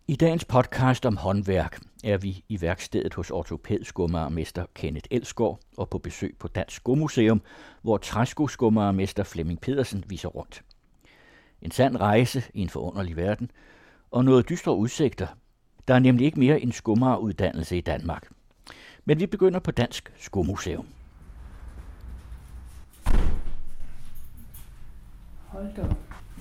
I dagens podcast om håndværk er vi i værkstedet hos ortopedskummermester Kenneth Elsgaard og på besøg på Dansk Skomuseum, hvor træskoskummermester Flemming Pedersen viser rundt. En sand rejse i en forunderlig verden og noget dystre udsigter. Der er nemlig ikke mere en skummeruddannelse i Danmark. Men vi begynder på Dansk Skomuseum. Hold da.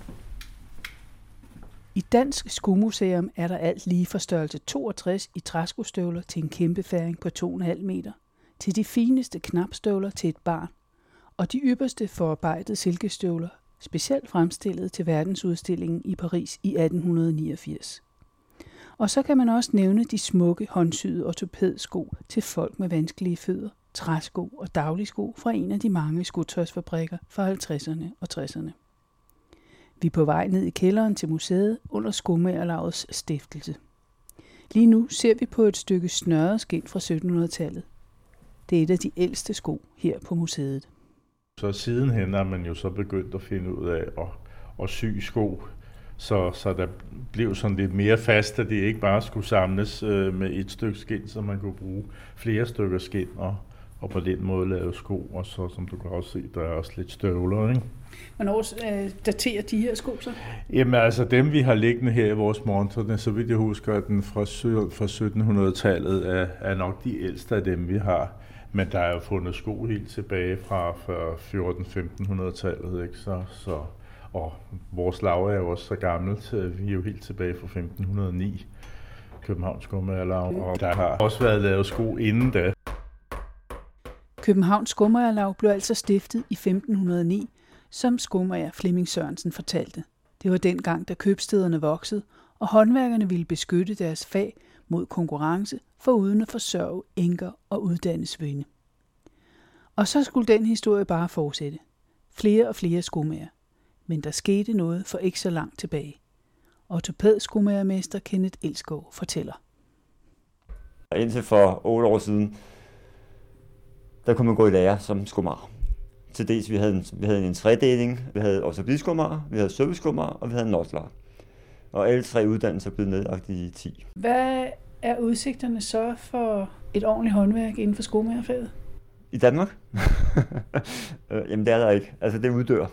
I Dansk Skomuseum er der alt lige fra størrelse 62 i træskostøvler til en kæmpefæring på 2,5 meter, til de fineste knapstøvler til et barn, og de ypperste forarbejdede silkestøvler, specielt fremstillet til verdensudstillingen i Paris i 1889. Og så kan man også nævne de smukke håndsyede ortopedsko til folk med vanskelige fødder, træsko og dagligsko fra en af de mange skotøjsfabrikker fra 50'erne og 60'erne. Vi er på vej ned i kælderen til museet under Skomagerlavets stiftelse. Lige nu ser vi på et stykke snørret skind fra 1700-tallet. Det er et af de ældste sko her på museet. Så sidenhen er man jo så begyndt at finde ud af at sy sko, så der blev sådan lidt mere fast, at det ikke bare skulle samles med et stykke skind, så man kunne bruge flere stykker skind og på den måde lave sko, og så som du kan også se, der er også lidt støvler, ikke? Hvornår daterer de her sko så? Jamen altså dem vi har liggende her i vores montre, så vidt jeg husker, at den fra 1700-tallet er nok de ældste af dem vi har. Men der er jo fundet sko helt tilbage fra 1400-1500-tallet, ikke? Og vores lav er jo også så gammelt, vi er jo helt tilbage fra 1509, Københavns Skomagerlav, og der har også været lavet sko inden da. Københavns Skomagerlav blev altså stiftet i 1509, som skomager Flemming Sørensen fortalte. Det var dengang, da købstæderne voksede, og håndværkerne ville beskytte deres fag mod konkurrence, foruden at forsørge enker og uddanne svende. Og så skulle den historie bare fortsætte. Flere og flere skomager. Men der skete noget for ikke så langt tilbage. Ortopedskomagermester Kenneth Elsgaard fortæller. Indtil for 8 år siden, der kunne man gå i lære som skomager. Til dels vi havde en tredeling. Vi havde ortopedskomager, vi havde serviceskomager og vi havde en norsler. Og alle 3 uddannelser blev nedlagt i 10. Hvad er udsigterne så for et ordentligt håndværk inden for skomagerfaget? I Danmark? Jamen det er der ikke. Altså det uddør.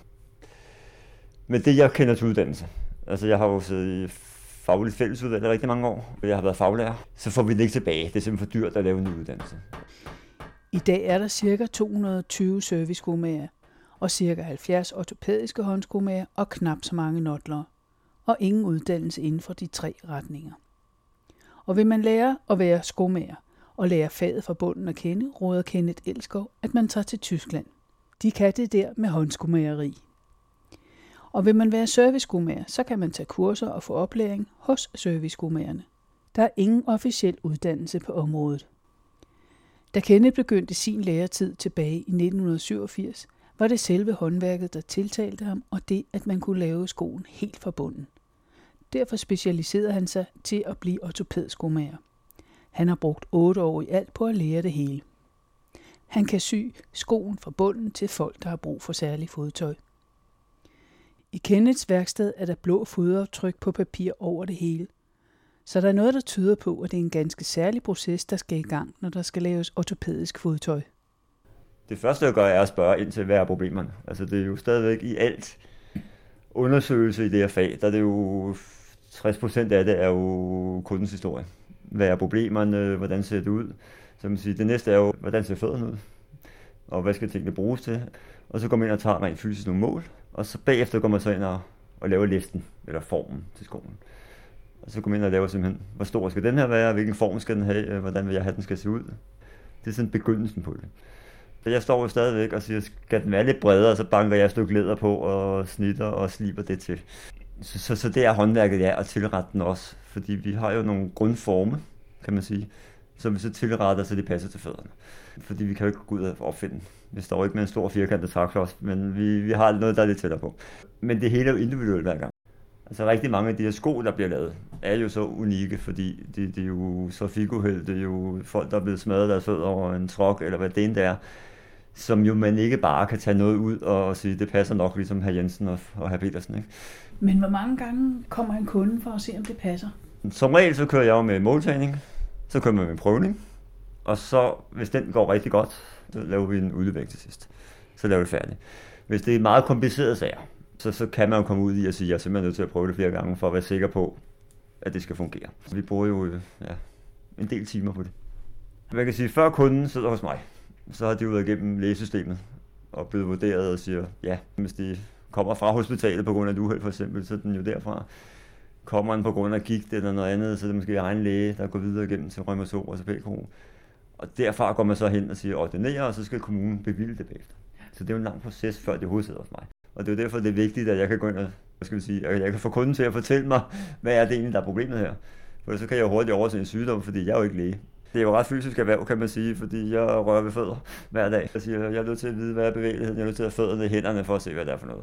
Men det jeg kender til uddannelse. Altså jeg har jo siddet i fagligt fællesudvalg i rigtig mange år. Jeg har været faglærer. Så får vi det ikke tilbage. Det er simpelthen for dyrt at lave en ny uddannelse. I dag er der ca. 220 serviceskomager og ca. 70 ortopædiske håndskomager og knap så mange notlere. Og ingen uddannelse inden for de 3 retninger. Og vil man lære at være skomager og lære faget fra bunden at kende, råder Kenneth Elsgaard, at man tager til Tyskland. De kan det der med håndskomageri. Og vil man være serviceskomager, så kan man tage kurser og få oplæring hos serviceskomagerne. Der er ingen officiel uddannelse på området. Da Kenneth begyndte sin læretid tilbage i 1987, var det selve håndværket, der tiltalte ham, og det, at man kunne lave skoen helt fra bunden. Derfor specialiserede han sig til at blive ortopedskomager. Han har brugt 8 år i alt på at lære det hele. Han kan sy skoen fra bunden til folk, der har brug for særlig fodtøj. I Kenneths værksted er der blå fodaftryk på papir over det hele. Så der er noget, der tyder på, at det er en ganske særlig proces, der skal i gang, når der skal laves ortopædisk fodtøj. Det første, jeg gør, er at spørge ind til, hvad er problemerne. Altså det er jo stadigvæk i alt undersøgelse i det her fag, der er det jo 60% af det er jo kundens historie. Hvad er problemerne? Hvordan ser det ud? Så man siger, det næste er jo, hvordan ser fødderne ud? Og hvad skal tingene bruges til? Og så går man ind og tager rent fysisk nogle mål. Og så bagefter går man så ind og laver listen, eller formen til skoen. Og så går man ind og laver simpelthen, hvor stor skal den her være? Hvilken form skal den have? Hvordan vil jeg have, den skal se ud? Det er sådan begyndelsen på det. Så jeg står jo stadigvæk og siger, skal den være lidt bredere? Så banker jeg et stykke læder på og snitter og sliber det til. Så det er håndværket, ja, at tilrette den også. Fordi vi har jo nogle grundforme, kan man sige, som vi så tilretter, så det passer til fødderne. Fordi vi kan jo ikke gå ud og opfinde den. Vi står ikke med en stor firkantet træklods, men vi har noget, der er lidt tættere på. Men det hele er jo individuelt hver gang. Altså rigtig mange af de her sko, der bliver lavet, er jo så unikke, fordi det er jo så figuheld, det er jo folk, der er blevet smadret deres fødder over en trok, eller hvad det end er, som jo man ikke bare kan tage noget ud og sige, det passer nok ligesom hr. Jensen og hr. Petersen, ikke? Men hvor mange gange kommer en kunde for at se, om det passer? Som regel så kører jeg jo med måltagning, så kører man med prøvning, og så hvis den går rigtig godt, så laver vi en udlevering til sidst. Så laver vi færdigt. Hvis det er meget kompliceret sager, så kan man jo komme ud i at sige, at jeg er simpelthen nødt til at prøve det flere gange, for at være sikker på, at det skal fungere. Vi bruger jo en del timer på det. Man kan sige, før kunden sidder hos mig, så har de jo været igennem lægesystemet og blevet vurderet og siger, ja, hvis de kommer fra hospitalet på grund af et uheld for eksempel, så er den jo derfra. Kommer den på grund af gigt eller noget andet, så er det måske egen læge, der går videre igennem til reumatolog og ortopædkirurg. Og derfra går man så hen og siger ordinere, og så skal kommunen bevilge det bagefter. Så det er jo en lang proces, før det overhovedet sidder hos mig. Og det er jo derfor, det er vigtigt, at jeg kan gå ind og, jeg kan få kunden til at fortælle mig, hvad er det egentlig, der er problemet her. For så kan jeg jo hurtigt overse en sygdom, fordi jeg er jo ikke læge. Det er jo ret fysisk erhverv, kan man sige, fordi jeg rører ved fødder hver dag. Jeg siger, jeg er nødt til at vide, hvad er bevægeligheden, jeg er nødt til at have fødderne i hænderne for at se, hvad det er for noget.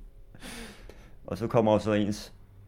Og så kommer også ens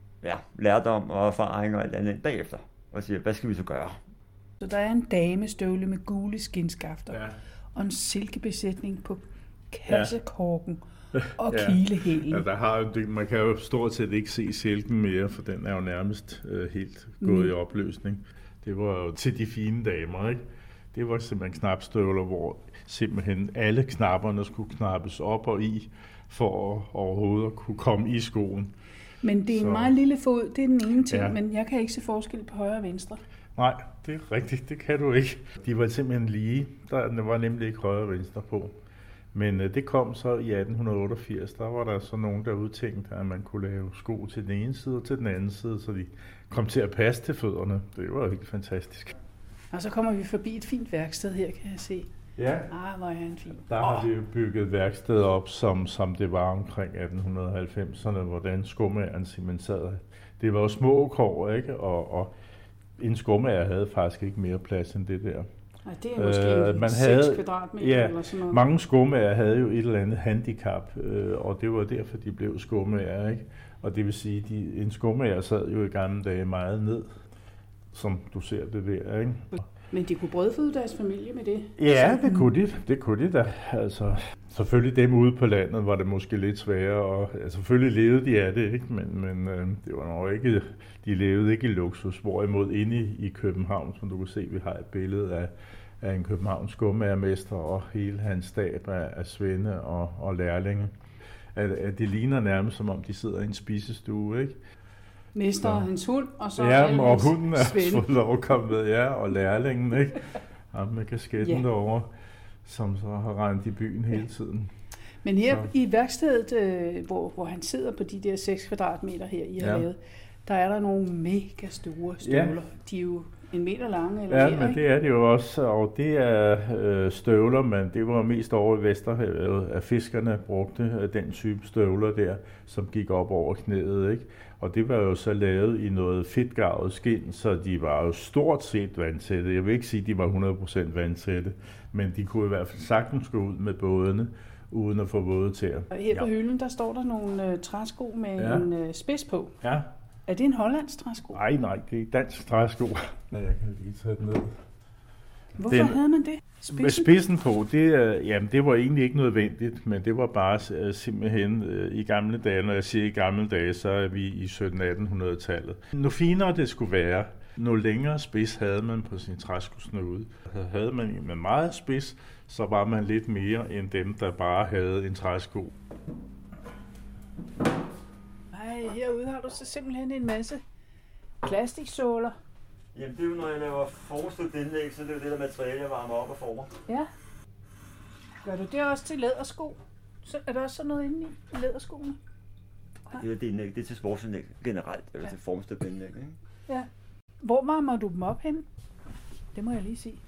lærdom og erfaring og alt andet bagefter, og siger, hvad skal vi så gøre? Så der er en damestøvle med gule skinskafter og en silkebesætning på kassekorken og kilehælen. Ja, man kan jo stort set ikke se silken mere, for den er jo nærmest helt gået i opløsning. Det var jo til de fine damer, ikke? Det var simpelthen knapstøvler, hvor simpelthen alle knapperne skulle knappes op og i, for overhovedet at kunne komme i skoen. Men det er en meget lille fod, det er den ene ting, men jeg kan ikke se forskel på højre og venstre. Nej, det er rigtigt, det kan du ikke. De var simpelthen lige, der var nemlig ikke højre og venstre på. Men det kom så i 1888, der var der så nogen, der udtænkte, at man kunne lave sko til den ene side og til den anden side, så de kom til at passe til fødderne. Det var jo helt fantastisk. Og så kommer vi forbi et fint værksted her, kan jeg se. Ja, hvor er han fin. Der har vi jo bygget værksted op, som det var omkring 1890'erne, hvordan skomageren simpelthen sad. Det var jo små kår, ikke? Og en skomager havde faktisk ikke mere plads end det der. Nej, det er måske 6 kvadratmeter eller sådan noget. Mange skomager havde jo et eller andet handicap, og det var derfor, de blev skomager, ikke? Og det vil sige, at en skomager sad jo i gamle dage meget ned, som du ser det der, ikke? Men de kunne brødføde deres familie med det? Ja, det kunne de da. Altså, selvfølgelig dem ude på landet var det måske lidt sværere, og selvfølgelig levede de af det, ikke? Men det var nok ikke, de levede ikke i luksus, hvorimod inde i København, som du kan se, vi har et billede af en Københavns skommagermester og hele hans stab af svende og lærlinge. At det ligner nærmest, som om de sidder i en spisestue, ikke? Mester og hans hund, og så og hunden er fået lov at komme med, og lærlingen, ikke? Ham med kasketten derovre, som så har rendt i byen hele tiden. Men her i værkstedet, hvor han sidder på de der 6 kvadratmeter her, I har lavet, der er der nogle mega store støvler. De er jo 1 meter lange eller mere, men det er det jo også, og det er støvler, men det var mest over i Vesterhavet, at fiskerne brugte den type støvler der, som gik op over knæet, ikke? Og det var jo så lavet i noget fedtgarvet skind, så de var jo stort set vandtætte. Jeg vil ikke sige, at de var 100% vandtætte, men de kunne i hvert fald sagtens gå ud med bådene, uden at få våde tæer. Her på hylden, der står der nogle træsko med en spids på. Ja. Er det en hollandsk træsko? Nej, det er dansk træsko. Jeg kan lige tage den ned. Hvorfor havde man det? Spidsen på, det var egentlig ikke nødvendigt, men det var bare simpelthen i gamle dage, når jeg siger i gamle dage, så er vi i 1700-1800-tallet. Nu finere det skulle være, nu længere spids havde man på sin træskosnude. Havde man en med meget spids, så var man lidt mere end dem, der bare havde en træsko. Herude har du så simpelthen en masse plastiksåler. Jamen det er jo, når jeg laver forstøbt indlæg, så det er jo det der materiale, jeg varmer op og former. Ja. Gør du det også til lædersko? Så er der også sådan noget inde i læderskoene? Det er indlæg, det er til sportsindlæg generelt, eller til formstøbt indlæg, ikke? Ja. Hvor varmer du dem op henne? Det må jeg lige se.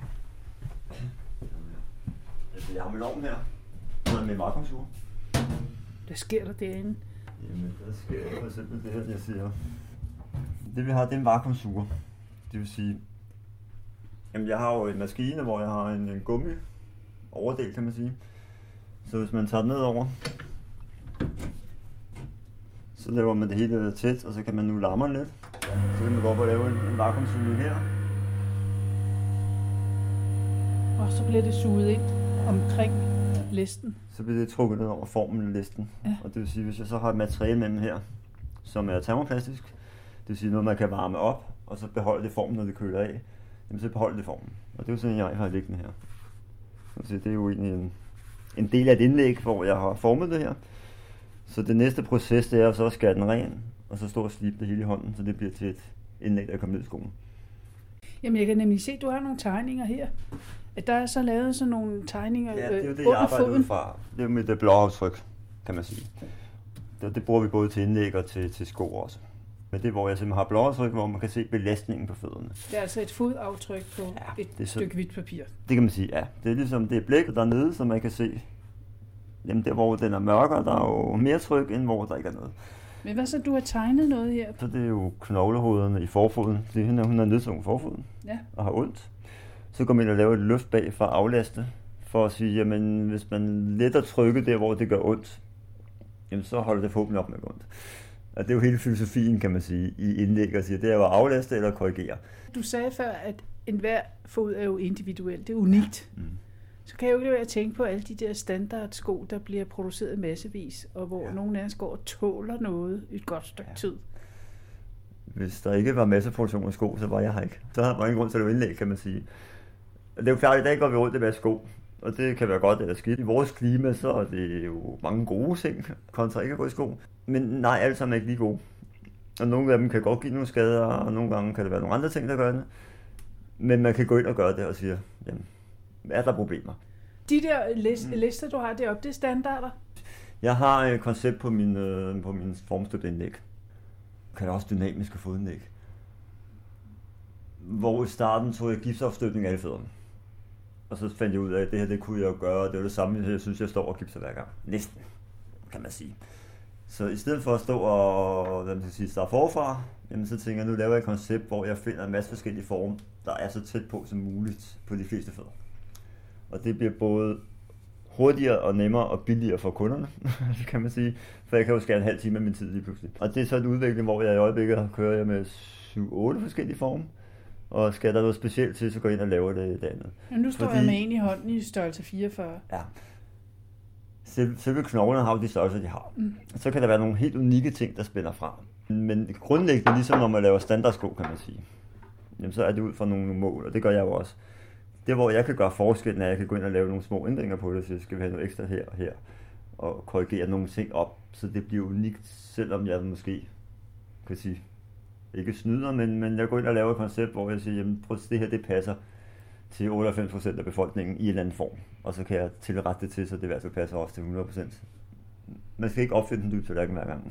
Jeg har min ovn her, med vakuumsuger. Hvad sker der derinde? Jamen, der sker for eksempel det her, jeg siger. Det vi har, det er en vakuumsuger. Det vil sige, jamen jeg har jo en maskine, hvor jeg har en gummi overdel, kan man sige. Så hvis man tager den ned over, så laver man det hele tæt, og så kan man nu lamme lidt. Så kan man gå op og lave en vakuumsuge her. Og så bliver det suget ind omkring listen. Så bliver det trukket ned over formen af listen. Ja. Og det vil sige, hvis jeg så har et materiale med her, som er termoplastisk, det vil sige noget, man kan varme op, og så beholder det formen, når det køler af, jamen så beholder det formen. Og det er jo sådan, jeg har liggende her. Så det er jo egentlig en del af et indlæg, hvor jeg har formet det her. Så det næste proces, det er så at skære den ren, og så stå og slibe det hele i hånden, så det bliver til et indlæg, der kommer ned i skoen. Jamen jeg kan nemlig se, at du har nogle tegninger her. At der er så lavet sådan nogle tegninger ja, det er jo det, under jeg arbejder foden. ud fra. Det er jo mit blåaftryk, kan man sige. Det bruger vi både til indlæg og til sko også. Men det er, hvor jeg simpelthen har blåaftryk, hvor man kan se belastningen på fødderne. Det er altså et fodaftryk på et stykke hvidt papir. Det kan man sige, ja. Det er ligesom det er blækket dernede, så man kan se, jamen der hvor den er mørkere, der er jo mere tryk, end hvor der ikke er noget. Men hvad så, du har tegnet noget her? Så det er jo knoglehovederne i forfoden. Det er, hun er nedsunget forfoden og har ondt. Så går man ind og laver et løft bag for at aflaste, for at sige, jamen hvis man letter trykket der, hvor det gør ondt, jamen så holder det forhåbentlig op med ondt. Og det er jo hele filosofien, kan man sige, i indlæg og sige, det er jo at aflaste eller korrigere. Du sagde før, at enhver fod er jo individuel, det er unikt. Ja. Så kan jeg jo ikke være at tænke på alle de der standardsko, der bliver produceret massevis, og hvor nogle af os går og tåler noget et godt stykke tid. Hvis der ikke var masseproduktion af sko, så var jeg her ikke. Så havde man ingen grund til at lave indlæg, kan man sige. Det er jo klart, at i dag går vi rundt i med sko, og det kan være godt eller skidt. I vores klima, så er det jo mange gode ting, kontra ikke at gå i sko. Men nej, alle sammen er ikke lige gode. Og nogle af dem kan godt give nogle skader, og nogle gange kan det være nogle andre ting, der gør det. Men man kan gå ind og gøre det og sige, jamen, er der problemer? De der lister, du har deroppe, det er standarder? Jeg har et koncept på min formstøbte indlæg. Jeg kalder også dynamiske fodindlæg. Hvor i starten tog jeg gipsafstøbning af alle fødderne. Og så fandt jeg ud af, at det her det kunne jeg jo gøre, og det var det samme, jeg synes, jeg står og gipser hver gang. Næsten, kan man sige. Så i stedet for at stå og starte forfra, jamen så tænker jeg, nu laver jeg et koncept, hvor jeg finder en masse forskellige former, der er så tæt på som muligt på de fleste fødder. Og det bliver både hurtigere og nemmere og billigere for kunderne, kan man sige. For jeg kan jo skære en halv time af min tid lige pludselig. Og det er så en udvikling, hvor jeg i øjeblikket kører med 7-8 forskellige former. Og skal der noget specielt til, så går jeg ind og laver det andet. Men nu står jeg med en i hånden i størrelse 44. Ja. Selve knoglerne har jo de størrelser, de har. Så kan der være nogle helt unikke ting, der spiller fra. Men grundlæggende, ligesom når man laver standardsko, kan man sige, jamen, så er det ud fra nogle mål, og det gør jeg jo også. Det, hvor jeg kan gøre forskellen, er, at jeg kan gå ind og lave nogle små ændringer på det, så skal vi have noget ekstra her og her, og korrigere nogle ting op, så det bliver unikt, selvom jeg måske kan sige, ikke snyder, men jeg går ind og laver et koncept, hvor jeg siger, jamen prøv, det her det passer til 98% af befolkningen i en eller anden form, og så kan jeg tilrette det til, så det i hvert fald passer også til 100%. Man skal ikke opfinde den dybe tallerken hver gang.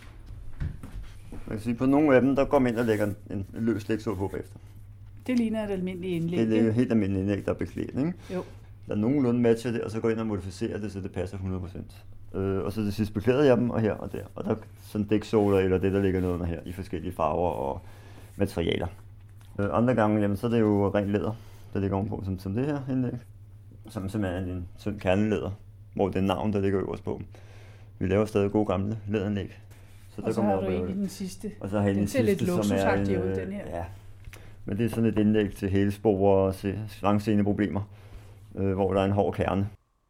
Man kan sige, på nogle af dem, der går man ind og lægger en løs lægsål på bagefter. Det ligner et almindeligt indlæg. Det er et helt almindeligt indlæg, der er beklædt, ikke? Jo. Der er nogenlunde matcher det, og så går jeg ind og modificerer det, så det passer 100%. Og så til sidst beklæder jeg dem, og her og der. Og der er sådan dæksåler, eller det, der ligger noget under her, i forskellige farver og materialer. Andre gange, jamen, så er det jo rent læder, der ligger ovenpå, som det her indlæg. Som simpelthen er en tynd kernelæder, hvor det er navn, der ligger øverst på. Vi laver stadig gode gamle læderindlæg. Og så har du egentlig den sidste. Og så har jeg den sidste, lidt luksusagtig ud, den her. Ja. Men det er sådan et indlæg til hælspor og slangsceneproblemer, hvor der er en hård kerne.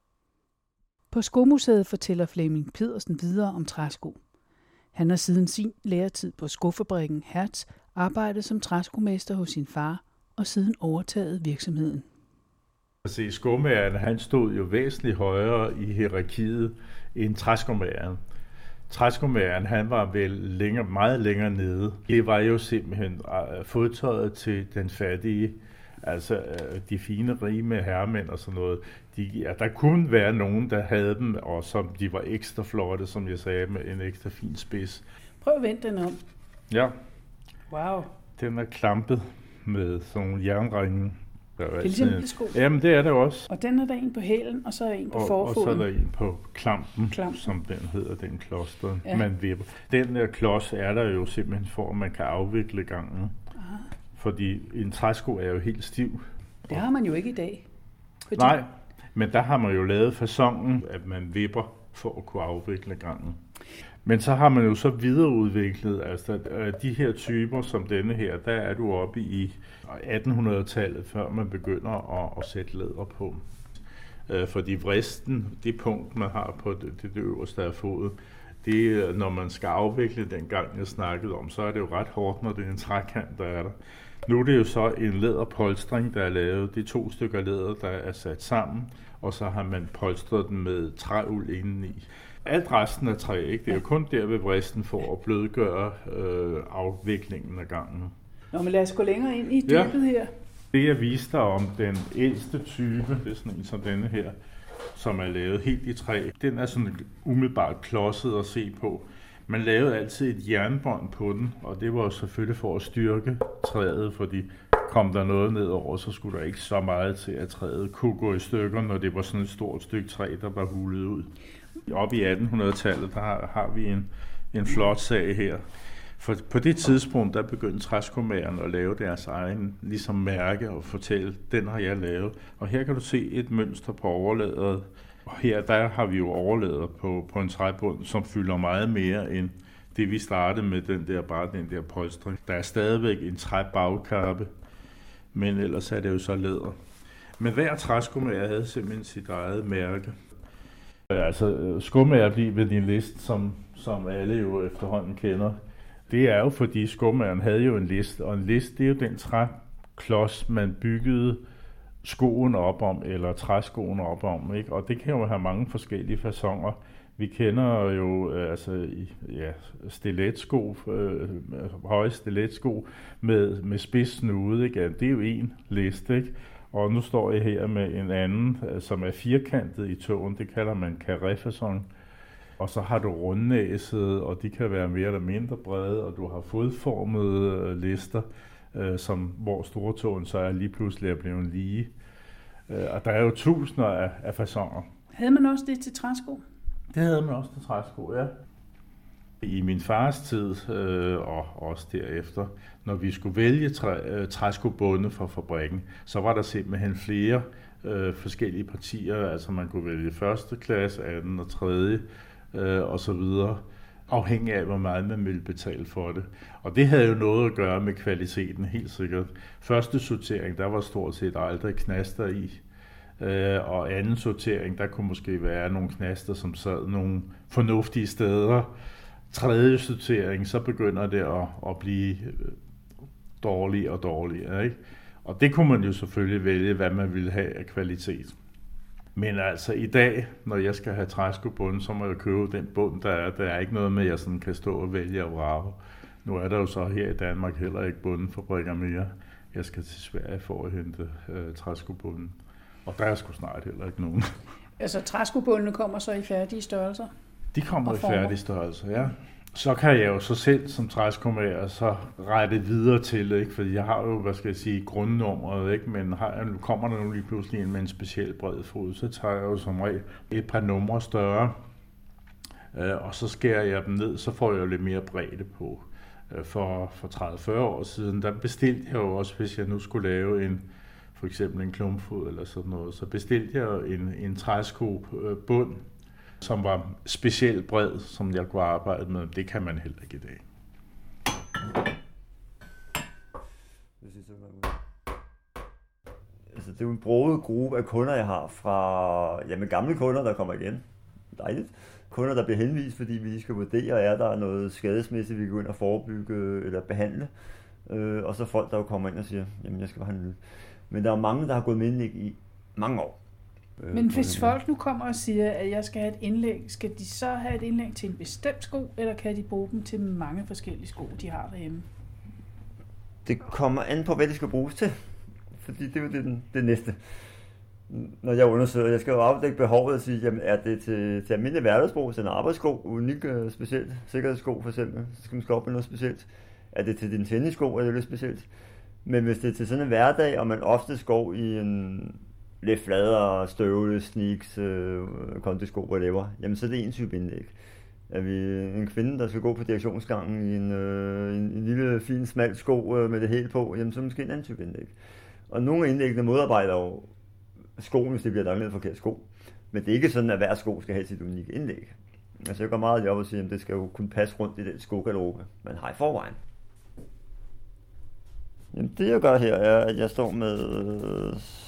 På Skomuseet fortæller Flemming Pedersen videre om træsko. Han har siden sin læretid på skofabrikken Hertz arbejdet som træskomester hos sin far og siden overtaget virksomheden. Skomageren, han stod jo væsentligt højere i hierarkiet end træskomageren. Træskomageren, han var vel meget længere nede. Det var jo simpelthen fodtøjet til den fattige, altså de fine rige med herremænd og sådan noget. Der kunne være nogen, der havde dem, og som de var ekstra flotte, som jeg sagde, med en ekstra fin spids. Prøv at vende den om. Ja. Wow. Den er klampet med sådan nogle jernringe. Det er ligesom en sko. Jamen, det er det også. Og den er der en på hælen, og så er en på forfoden. Og så er der en på klampen, som den hedder, den kloster, man vipper. Den der klods er der jo simpelthen for, at man kan afvikle gangen. Aha. Fordi en træsko er jo helt stiv. Det har man jo ikke i dag. Nej, men der har man jo lavet faconen, at man vipper for at kunne afvikle gangen. Men så har man jo så videreudviklet, altså de her typer som denne her, der er du oppe i 1800-tallet, før man begynder at sætte læder på. Fordi vristen, det punkt man har på det øverste af fodet, Det, når man skal afvikle den gang, jeg snakkede om, så er det jo ret hårdt, når det er en trækant, der er der. Nu er det jo så en læderpolstring, der er lavet. Det er 2 stykker læder, der er sat sammen, og så har man polstret den med træuld indeni. Alt resten er træ, ikke? Det er jo kun der ved vristen for at blødgøre afviklingen af gangen. Nå, men lad os gå længere ind i dybet her. Det jeg viste dig om den ældste type, det er sådan en som denne her, som er lavet helt i træ. Den er sådan umiddelbart klodset at se på. Man lavede altid et jernbånd på den, og det var jo selvfølgelig for at styrke træet, fordi kom der noget nedover, så skulle der ikke så meget til, at træet kunne gå i stykker, når det var sådan et stort stykke træ, der var hulet ud. Oppe i 1800-tallet, der har vi en flot sag her. For på det tidspunkt, der begyndte træskomagerne at lave deres egen ligesom mærke og fortælle, den har jeg lavet. Og her kan du se et mønster på overlæderet. Og her der har vi jo overlæder på en træbund, som fylder meget mere end det, vi startede med, den der polstring. Der er stadigvæk en træbagkappe, men ellers er det jo så læder. Men hver træskomager havde simpelthen sit eget mærke. Altså skomager ved din list, som alle jo efterhånden kender. Det er jo fordi skomageren havde jo en list, og en list det er jo den træklods, man byggede skoen op om, eller træskoen op om, ikke? Og det kan jo have mange forskellige faconer. Vi kender jo stiletsko, høje stiletsko med spids snude, ikke? Det er jo en liste, ikke? Og nu står jeg her med en anden, som er firkantet i tåen, det kalder man carré-facon. Og så har du rundnæset, og de kan være mere eller mindre brede, og du har fodformede lister, hvor stortåen så er lige pludselig blevet lige. Og der er jo tusinder af faconer. Havde man også det til træsko? Det havde man også til træsko, ja. I min fars tid, og også derefter, når vi skulle vælge træskobunde fra fabrikken, så var der simpelthen flere forskellige partier. Altså man kunne vælge 1. klasse, 2. og 3. Og så videre, afhængig af, hvor meget man ville betale for det. Og det havde jo noget at gøre med kvaliteten, helt sikkert. Første sortering, der var stort set aldrig knaster i. Og anden sortering, der kunne måske være nogle knaster, som sad nogle fornuftige steder. Tredje sortering, så begynder det at blive dårligere og dårligere, ikke? Og det kunne man jo selvfølgelig vælge, hvad man ville have af kvalitet. Men altså i dag, når jeg skal have træskobund, så må jeg købe den bund, der er. Der er ikke noget med, at jeg sådan kan stå og vælge og vrage. Nu er der jo så her i Danmark heller ikke bundenfabrikker mere. Jeg skal til Sverige for at hente træskobunden. Og der er sgu snart heller ikke nogen. Altså træskobundene kommer så i færdige størrelser? De kommer i færdige størrelser, ja. Så kan jeg jo så selv som træskomager så rette videre til, ikke? Fordi jeg har jo, grundnummeret, ikke? Men kommer der nu lige pludselig en med en speciel bred fod, så tager jeg jo som regel et par numre større, og så skærer jeg dem ned, så får jeg jo lidt mere bredde på. For 30-40 år siden, der bestilte jeg jo også, hvis jeg nu skulle lave for eksempel en klumpfod eller sådan noget, så bestilte jeg jo en træskobund, som var specielt bred, som jeg kunne arbejde med. Det kan man heller ikke i dag. Altså, det er jo en broget gruppe af kunder, jeg har fra gamle kunder, der kommer igen. Dejligt. Kunder, der bliver henvist, fordi vi lige skal vurdere, er der noget skadesmæssigt, vi kan gå ind og forebygge eller behandle. Og så folk, der jo kommer ind og siger, jamen jeg skal bare have en ny. Men der er mange, der har gået med indlæg i mange år. Men hvis folk nu kommer og siger, at jeg skal have et indlæg, skal de så have et indlæg til en bestemt sko, eller kan de bruge dem til mange forskellige sko, de har derhjemme? Det kommer an på, hvad det skal bruges til. Fordi det er jo det næste. Når jeg undersøger, jeg skal jo afdække behovet og sige, jamen er det til almindelig hverdagsbrug, til en arbejdssko, unik specielt, sikkerhedssko for eksempel, så skal man skubbe med noget specielt. Er det til din tennissko, er det lidt specielt. Men hvis det er til sådan en hverdag, og man ofte går i en lidt fladere støvle, sneaks, kondisko, whatever, jamen så er det en type indlæg. Er vi en kvinde, der skal gå på direktionsgangen i en lille, fin, smal sko med det hele på, jamen så er det måske en anden type indlæg. Og nogle af indlæggene modarbejder jo skoen, hvis det bliver et forkert sko. Men det er ikke sådan, at hver sko skal have sit unikke indlæg. Altså jeg går meget op og siger, at det skal jo kunne passe rundt i den skogarderobe, man har i forvejen. Jamen det jeg gør her, er, at jeg står med,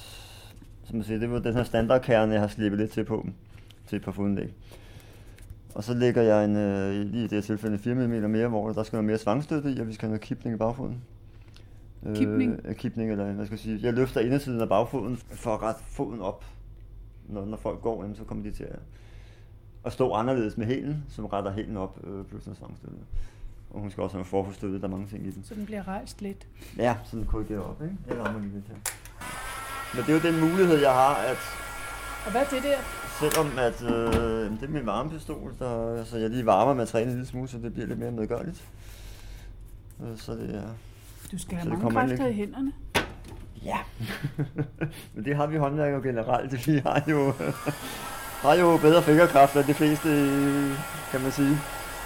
som man siger, det var den her standardkerne, jeg har slippet lidt til på, til et par fodindlæg. Og så lægger jeg lige i det tilfælde 4 mm mere, hvor der skal noget mere svangstøtte i, og vi skal have noget kipning i bagfoden. Kipning, eller hvad skal jeg sige. Jeg løfter indersiden af bagfoden for at rette foden op. Når folk går, så kommer de til at stå anderledes med hælen, som retter hælen op plus noget svangstøtte. Og hun skal også have forforstøtte, der er mange ting i den. Så den bliver rejst lidt? Ja, så den korrigerer op, ikke? Jeg rammer lige lidt her. Men det er jo den mulighed, jeg har, at... Og hvad er det der? Selvom at det er min varmepistol, så jeg lige varmer med at træne en lille smule, så det bliver lidt mere medgørligt. Så det er... Du skal have mange kræfter i hænderne. Ja, men det har vi håndværkere generelt. Vi har jo bedre fingerkræfter end de fleste, kan man sige.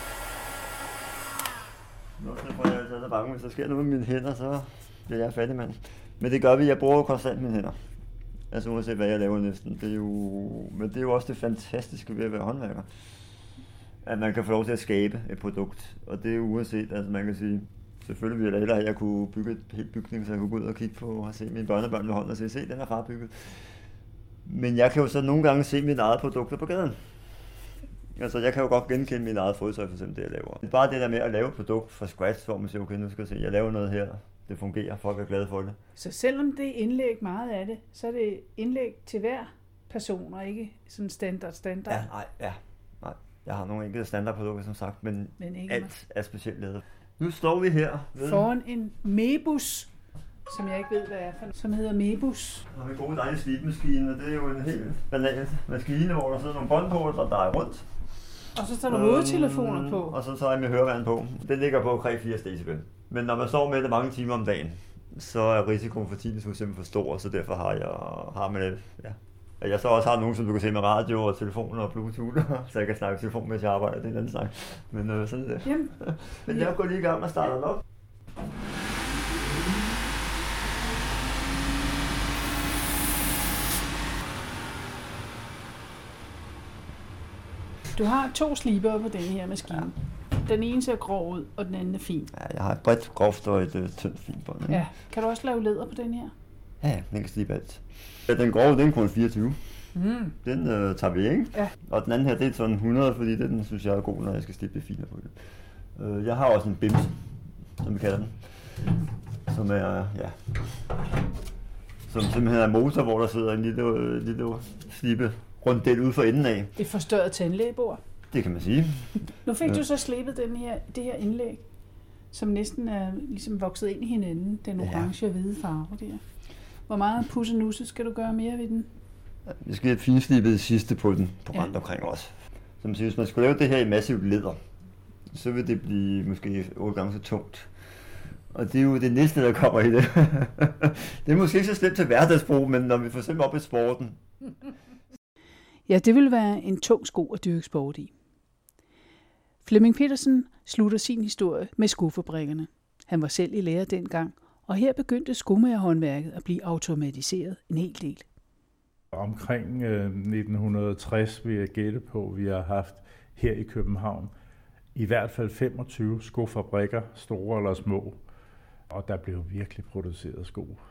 Nå, så får jeg altså bange, hvis der sker noget med mine hænder, så bliver jeg fattig mand. Men det gør vi, jeg bruger jo konstant mine hænder. Altså uanset hvad jeg laver næsten. Men det er jo også det fantastiske ved at være håndværker. At man kan få lov til at skabe et produkt. Og det er jo uanset, altså man kan sige, selvfølgelig ville jeg hellere, at jeg kunne bygge et helt bygning, så jeg kunne gå ud og kigge på og se mine børnebørn ved hånden og se, den er ret bygget. Men jeg kan jo så nogle gange se mine eget produkter på gaden. Altså jeg kan jo godt genkende min eget fodtøj, for eksempel det jeg laver. Det er bare det der med at lave et produkt fra scratch, hvor man siger, okay, nu skal jeg se, jeg laver noget her, det fungerer, folk er glade for det. Så selvom det er indlæg meget af det, så er det indlæg til hver person, og ikke sådan standard? Ja, nej. Jeg har nogle enkelte standardprodukter, som sagt, men ikke alt er specielt lavet. Nu står vi her foran en Mebus, som jeg ikke ved, hvad er for, som hedder Mebus. Der har vi gode dejlige slibemaskine, og det er jo en helt banal maskine, hvor der sidder nogle bånd på, der drejer rundt. Og så står der hovedtelefoner på. Og så er med høreværn på. Den ligger på 3-4 decibel. Men når man sover med det mange timer om dagen, så er risikoen for tinnitus simpelthen for stor, så derfor har man det, ja. Jeg så også har nogen, som du kan se med radio og telefoner og bluetooth, så jeg kan snakke telefon, mens jeg arbejder, det er en anden snak. Men sådan er det. Jamen. Men jeg går lige i gang med at starte den op. Du har 2 slibere på den her maskine. Ja. Den ene ser grov ud, og den anden er fin. Ja, jeg har et bredt, groft og et tyndt fint bånd. Ja. Kan du også lave læder på den her? Ja, den kan slibe alt. Ja, den grove, den er kun 24. Den tager vi, ikke? Ja. Og den anden her, det er sådan 100, fordi den synes jeg er god, når jeg skal slibe det fint på det. Jeg har også en bims, som vi kalder den. Som er, som simpelthen er motor, hvor der sidder en lille slibe runddel ude for enden af. Et forstørret tandlægebord. Det kan man sige. Nu fik du så slebet det her indlæg, som næsten er ligesom vokset ind i hinanden, den orange og hvide farve der. Hvor meget pussenusse skal du gøre mere ved den? Jeg skal have finslibet det sidste på den, på rundt omkring også. Som siger, hvis man skulle lave det her i massivt læder, så vil det blive måske 8 gange så tungt. Og det er jo det næste, der kommer i det. Det er måske ikke så slemt til hverdagsbrug, men når vi får simpelthen op i sporten. Ja, det vil være en tung sko at dyrke sport i. Flemming Petersen slutter sin historie med skofabrikkerne. Han var selv i lære dengang, og her begyndte skomagerhåndværket at blive automatiseret en hel del. Omkring 1960 vil jeg gætte på, vi har haft her i København i hvert fald 25 skofabrikker, store eller små. Og der blev virkelig produceret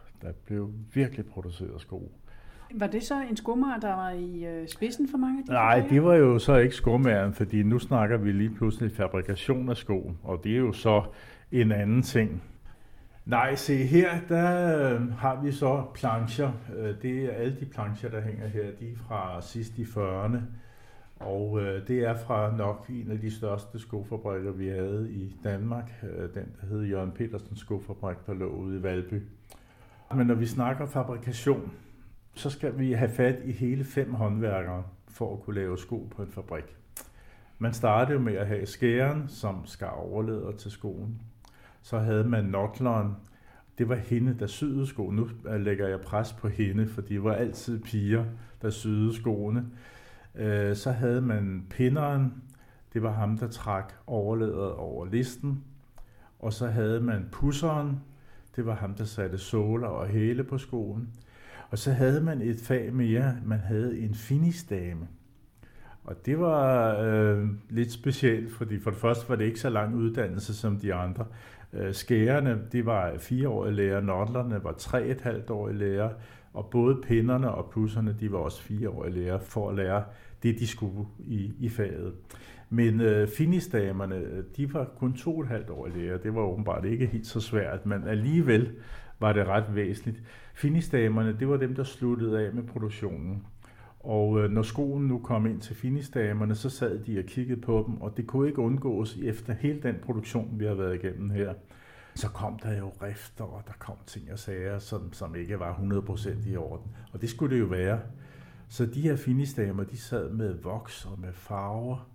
sko. Var det så en skomager, der var i spidsen for mange af de Nej, det var jo så ikke skomageren, fordi nu snakker vi lige pludselig fabrikation af sko, og det er jo så en anden ting. Nej, se her, der har vi så plancher. Det er alle de plancher, der hænger her, de er fra sidst i 40'erne. Og det er fra nok en af de største skofabrikker, vi havde i Danmark. Den, der hed Jørgen Petersens skofabrik, der lå ude i Valby. Men når vi snakker fabrikation, så skal vi have fat i hele 5 håndværkere for at kunne lave sko på en fabrik. Man startede jo med at have skæren, som skar overleder til skoen. Så havde man notleren. Det var hende, der syede sko. Nu lægger jeg pres på hende, for de var altid piger, der syede skoene. Så havde man pinderen. Det var ham, der trak overlederet over listen. Og så havde man pusseren. Det var ham, der satte såler og hæle på skoen. Og så havde man et fag mere. Man havde en finishdame. Og det var lidt specielt, fordi for det første var det ikke så lang uddannelse som de andre. Skærerne, det var 4-årige lærer, notlerne var 3,5-årige lærer, og både pinderne og pusserne, de var også 4-årige lærer for at lære det, de skulle i faget. Men finisdamerne, de var kun 2,5 år i lære. Det var åbenbart ikke helt så svært, men alligevel var det ret væsentligt. Finisdamerne, det var dem, der sluttede af med produktionen. Og når skolen nu kom ind til finisdamerne, så sad de og kiggede på dem, og det kunne ikke undgås efter hele den produktion, vi har været igennem her. Så kom der jo rifter, og der kom ting og sager, som ikke var 100% i orden. Og det skulle det jo være. Så de her finisdamer, de sad med voks og med farver,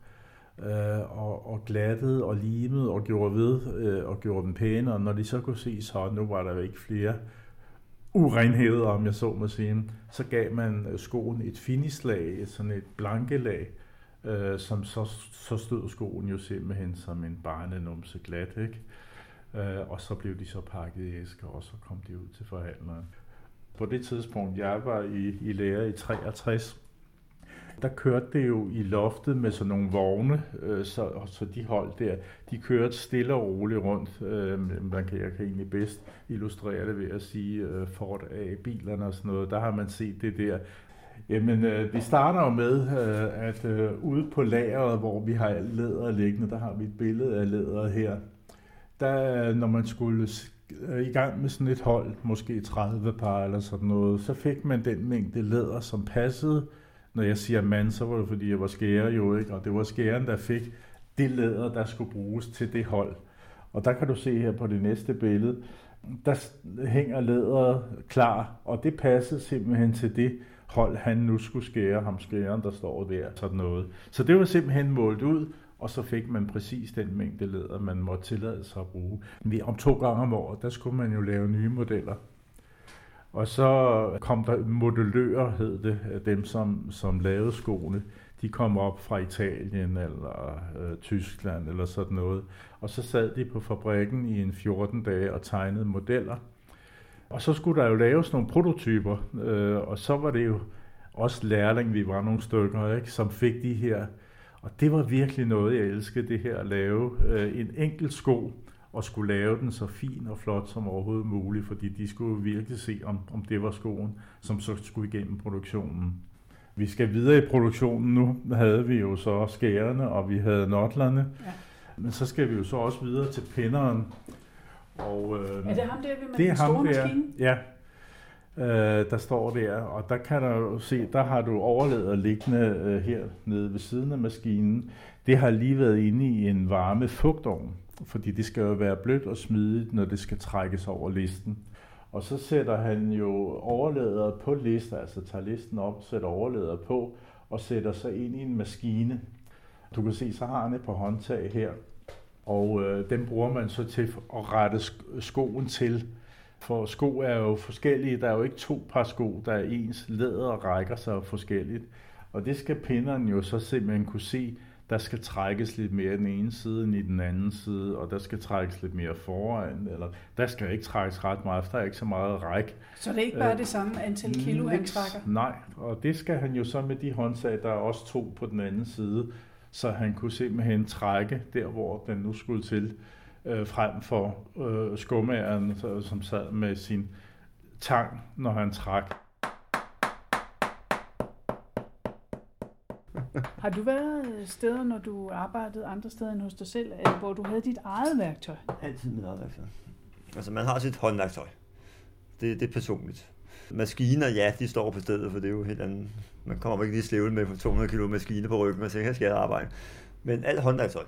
og glattede og limede og gjorde ved og gjorde dem pæne. Og når de så kunne se, så nu var der jo ikke flere urenheder, om jeg så må sige, så gav man skoen et finislag, sådan et blankelag, som så stod skoen jo simpelthen som en barnenumse glat, ikke? Og så blev de så pakket i æsker, og så kom de ud til forhandleren. På det tidspunkt, jeg var i lære i 63, der kørte det jo i loftet med sådan nogle vogne, så de hold der, de kørte stille og roligt rundt. Jeg kan egentlig bedst illustrere det ved at sige Ford A-bilerne og sådan noget. Der har man set det der. Jamen, det starter jo med, at ude på lageret, hvor vi har læderet liggende, der har vi et billede af læderet her. Der, når man skulle i gang med sådan et hold, måske 30 par eller sådan noget, så fik man den mængde læder, som passede. Når jeg siger mand, så var det fordi, jeg var skærer jo, ikke? Og det var skæren, der fik det læder, der skulle bruges til det hold. Og der kan du se her på det næste billede, der hænger læderet klar, og det passede simpelthen til det hold, han nu skulle skære, ham skæren, der står der, sådan noget. Så det var simpelthen målt ud, og så fik man præcis den mængde læder, man måtte tillade sig at bruge. Om 2 gange om året, der skulle man jo lave nye modeller. Og så kom der modellører, hed det, dem som lavede skoene. De kom op fra Italien eller Tyskland eller sådan noget. Og så sad de på fabrikken i en 14 dage og tegnede modeller. Og så skulle der jo laves nogle prototyper, og så var det jo også lærling, vi var nogle stykker, ikke, som fik de her. Og det var virkelig noget, jeg elskede, det her at lave en enkelt sko, og skulle lave den så fin og flot som overhovedet muligt, fordi de skulle virkelig se, om det var skoen, som så skulle igennem produktionen. Vi skal videre i produktionen nu. Havde vi jo så skærerne, og vi havde notlerne. Ja. Men så skal vi jo så også videre til pinderen. Og, er det ham der med den store maskine? Ja, der står der, og der kan du se, der har du overlæder liggende her nede ved siden af maskinen. Det har lige været inde i en varme fugtovn, fordi det skal jo være blødt og smidigt, når det skal trækkes over listen. Og så sætter han jo overlæderet på listen, altså tager listen op, sætter overlæderet på og sætter sig ind i en maskine. Du kan se, så har han et par håndtag her, og dem bruger man så til at rette skoen til. For sko er jo forskellige. Der er jo ikke 2 par sko, der er ens. Læder rækker sig forskelligt. Og det skal pinderen jo så simpelthen kunne se. Der skal trækkes lidt mere den ene side end i den anden side, og der skal trækkes lidt mere foran, eller der skal ikke trækkes ret meget, for der er ikke så meget ræk. Så det er ikke bare det samme antal kilo, han trækker? Nej, og det skal han jo så med de håndtag, der er også 2 på den anden side, så han kunne simpelthen trække der, hvor den nu skulle til, frem for skomageren, som sad med sin tang, når han trak. Har du været steder, når du arbejdede andre steder end hos dig selv, hvor du havde dit eget værktøj? Altid mit eget værktøj. Altså man har sit håndværktøj. Det er personligt. Maskiner, ja, de står på stedet, for det er jo helt andet. Man kommer ikke lige slævende med for 200 kilo maskine på ryggen, og så her skal jeg arbejde. Men alt håndværktøj.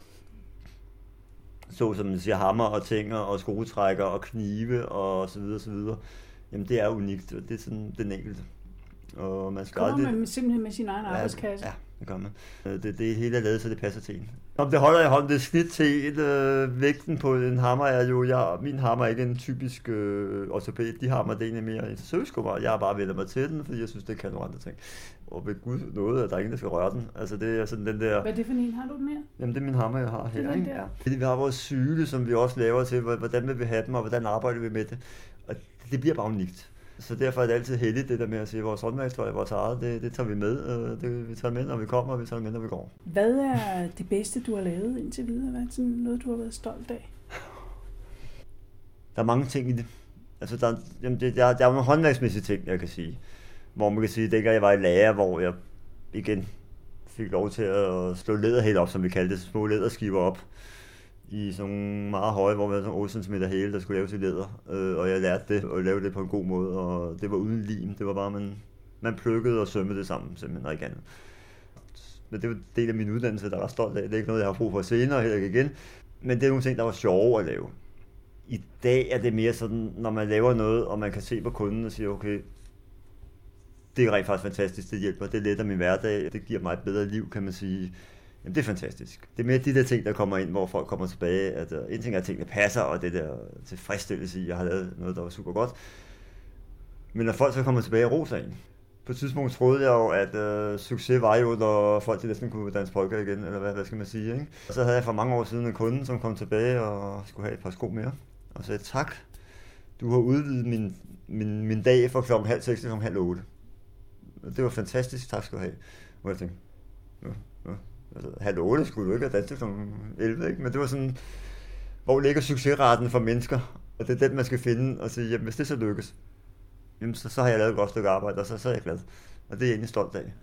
Så som man siger, hammer og tænger og skruetrækker og knive og så videre, så videre. Jamen det er unikt, og det er sådan den enkelte. Og man skal kommer man simpelthen med sin egen arbejdskasse? Ja, det gør man. Det hele er lavet, så det passer til en. Om det holder i hånden, det er slidt til en. Vægten på en hammer er jo, min hammer er ikke en typisk ortopæd. De hammer, det er egentlig mere en søgeskummer. Jeg har bare væltet mig til den, fordi jeg synes, det kan nogle andre ting. Og ved Gud noget, at der er ingen, der skal røre den. Altså det er sådan den der... Hvad er det for en? Har du den her? Jamen det er min hammer, jeg har her. Ikke? Ja. Vi har vores syle, som vi også laver til, hvordan vil vi have dem, og hvordan arbejder vi med det. Og det bliver bare unikt. Så derfor er det altid heldigt, det der med at sige, at vores håndværkstøj, vores eget, det tager vi med. Vi tager med, når vi kommer, og vi tager med, når vi går. Hvad er det bedste, du har lavet indtil videre? Hvad er sådan noget, du har været stolt af? Der er mange ting i det. Altså, der er nogle håndværksmæssige ting, jeg kan sige. Hvor man kan sige, at jeg var i lærer, hvor jeg igen fik lov til at slå læderhæl op, som vi kaldte det, små læderskiver op i sådan nogle meget høje, hvor man havde sådan 8 cm hæle, der skulle laves i læder. Og jeg lærte det, og lave det på en god måde, og det var uden lim. Det var bare, man plukkede og sømmede det sammen, simpelthen, og ikke andet. Men det var en del af min uddannelse, der var stolt af. Det er ikke noget, jeg har brug for senere, heller ikke igen. Men det er nogle ting, der var sjove at lave. I dag er det mere sådan, når man laver noget, og man kan se på kunden og sige, okay, det er rent faktisk fantastisk, det hjælper, det letter min hverdag, det giver mig et bedre liv, kan man sige. Jamen, det er fantastisk. Det er mere de der ting, der kommer ind, hvor folk kommer tilbage. At en ting er, at tingene passer, og det der tilfredsstillelse i, at jeg har lavet noget, der var super godt. Men når folk så kommer tilbage og roser en. På et tidspunkt troede jeg jo, at succes var jo, når folk de næsten kunne danse polka igen, eller hvad skal man sige, ikke? Og så havde jeg for mange år siden en kunde, som kom tilbage og skulle have et par sko mere. Og sagde, tak, du har udvidet min dag fra 5:30 til 7:30. Det var fantastisk, tak skal du have. Og jeg tænkte, altså, 7:30 skulle du ikke have danset kl. 11, ikke? Men det var sådan, hvor ligger succesraten for mennesker? Og det er den, man skal finde og sige, jamen hvis det så lykkes, jamen, så har jeg lavet et godt stykke arbejde, og så er jeg glad. Og det er jeg egentlig stolt af.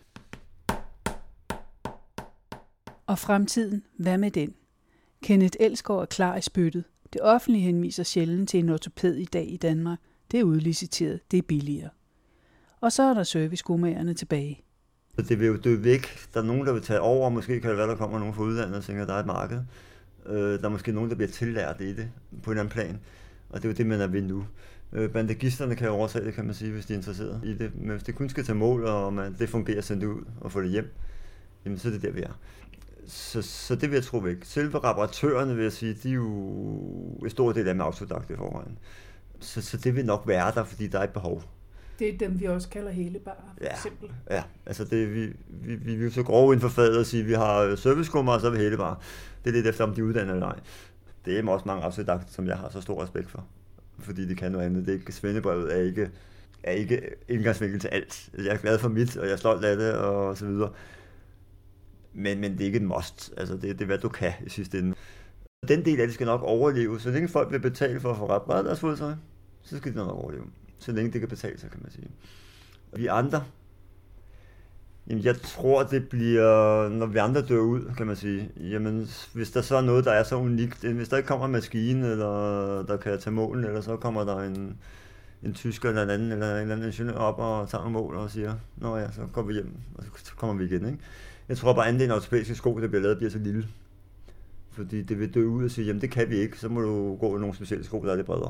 Og fremtiden, hvad med den? Kenneth Elsgaard er klar i spyttet. Det offentlige henviser sjældent til en ortoped i dag i Danmark. Det er udliciteret, det er billigere. Og så er der serviceskomaerne tilbage. Det vil jo dø væk. Der er nogen, der vil tage over, og måske kan det være, der kommer nogen fra udlandet og tænker, at der er et marked. Der er måske nogen, der bliver tillært i det på en anden plan. Og det er jo det, man er ved nu. Bandagisterne kan jo overtage det, kan man sige, hvis de er interesseret i det. Men hvis det kun skal tage mål, og det fungerer at sende det ud og få det hjem, jamen så er det der, vi er. Så det vil jeg tro væk. Selve reparatørerne, vil jeg sige, de er jo en stor del af med autodidakt i forvejen. Så det vil nok være der, fordi der er et behov. Det er dem, vi også kalder helebare, for eksempel. Ja, altså vi er jo så grove inden for faget at sige, at vi har servicekummer, og så er vi helebare. Det er lidt efter, om de uddanner eller ej. Det er også mange autodidakter, som jeg har så stor respekt for. Fordi det kan noget andet. Det er ikke, svendebrevet er ikke indgangsvinkel til alt. Jeg er glad for mit, og jeg er stolt af det, og så videre. Men det er ikke et must. Altså, det er, hvad du kan i sidste ende. Den del af det skal nok overleve. Så længe folk vil betale for at få repareret deres fodtøj, så skal de nok overleve. Så længe det kan betale sig, kan man sige. Vi andre, jamen jeg tror, det bliver, når vi andre dør ud, kan man sige. Jamen, hvis der så er noget, der er så unikt, hvis der ikke kommer en maskine, eller der kan tage målen, eller så kommer der en tysker eller en anden, eller en eller anden ingeniør op og tager nogle mål og siger, nå ja, så går vi hjem, og så kommer vi igen, ikke? Jeg tror bare, andelen af ortopædiske sko, der bliver lavet, bliver så lille. Fordi det vil dø ud og sige, jamen det kan vi ikke, så må du gå i nogle specielle sko, der er lidt bredere.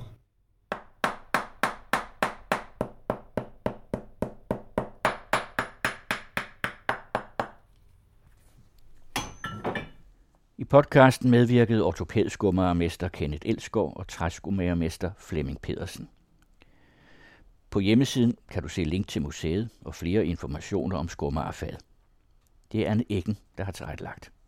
I podcasten medvirkede ortopædskummermester Kenneth Elsgaard og træskomagermester Flemming Pedersen. På hjemmesiden kan du se link til museet og flere informationer om skummererfaget. Det er Anne Eggen, der har tilrettelagt.